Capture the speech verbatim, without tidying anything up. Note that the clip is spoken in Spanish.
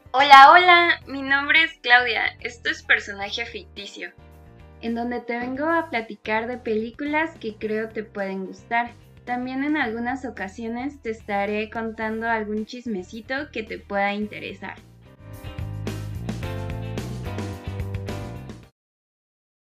Hola, hola, mi nombre es Claudia, esto es personaje ficticio. En donde te vengo a platicar de películas que creo te pueden gustar. También en algunas ocasiones te estaré contando algún chismecito que te pueda interesar.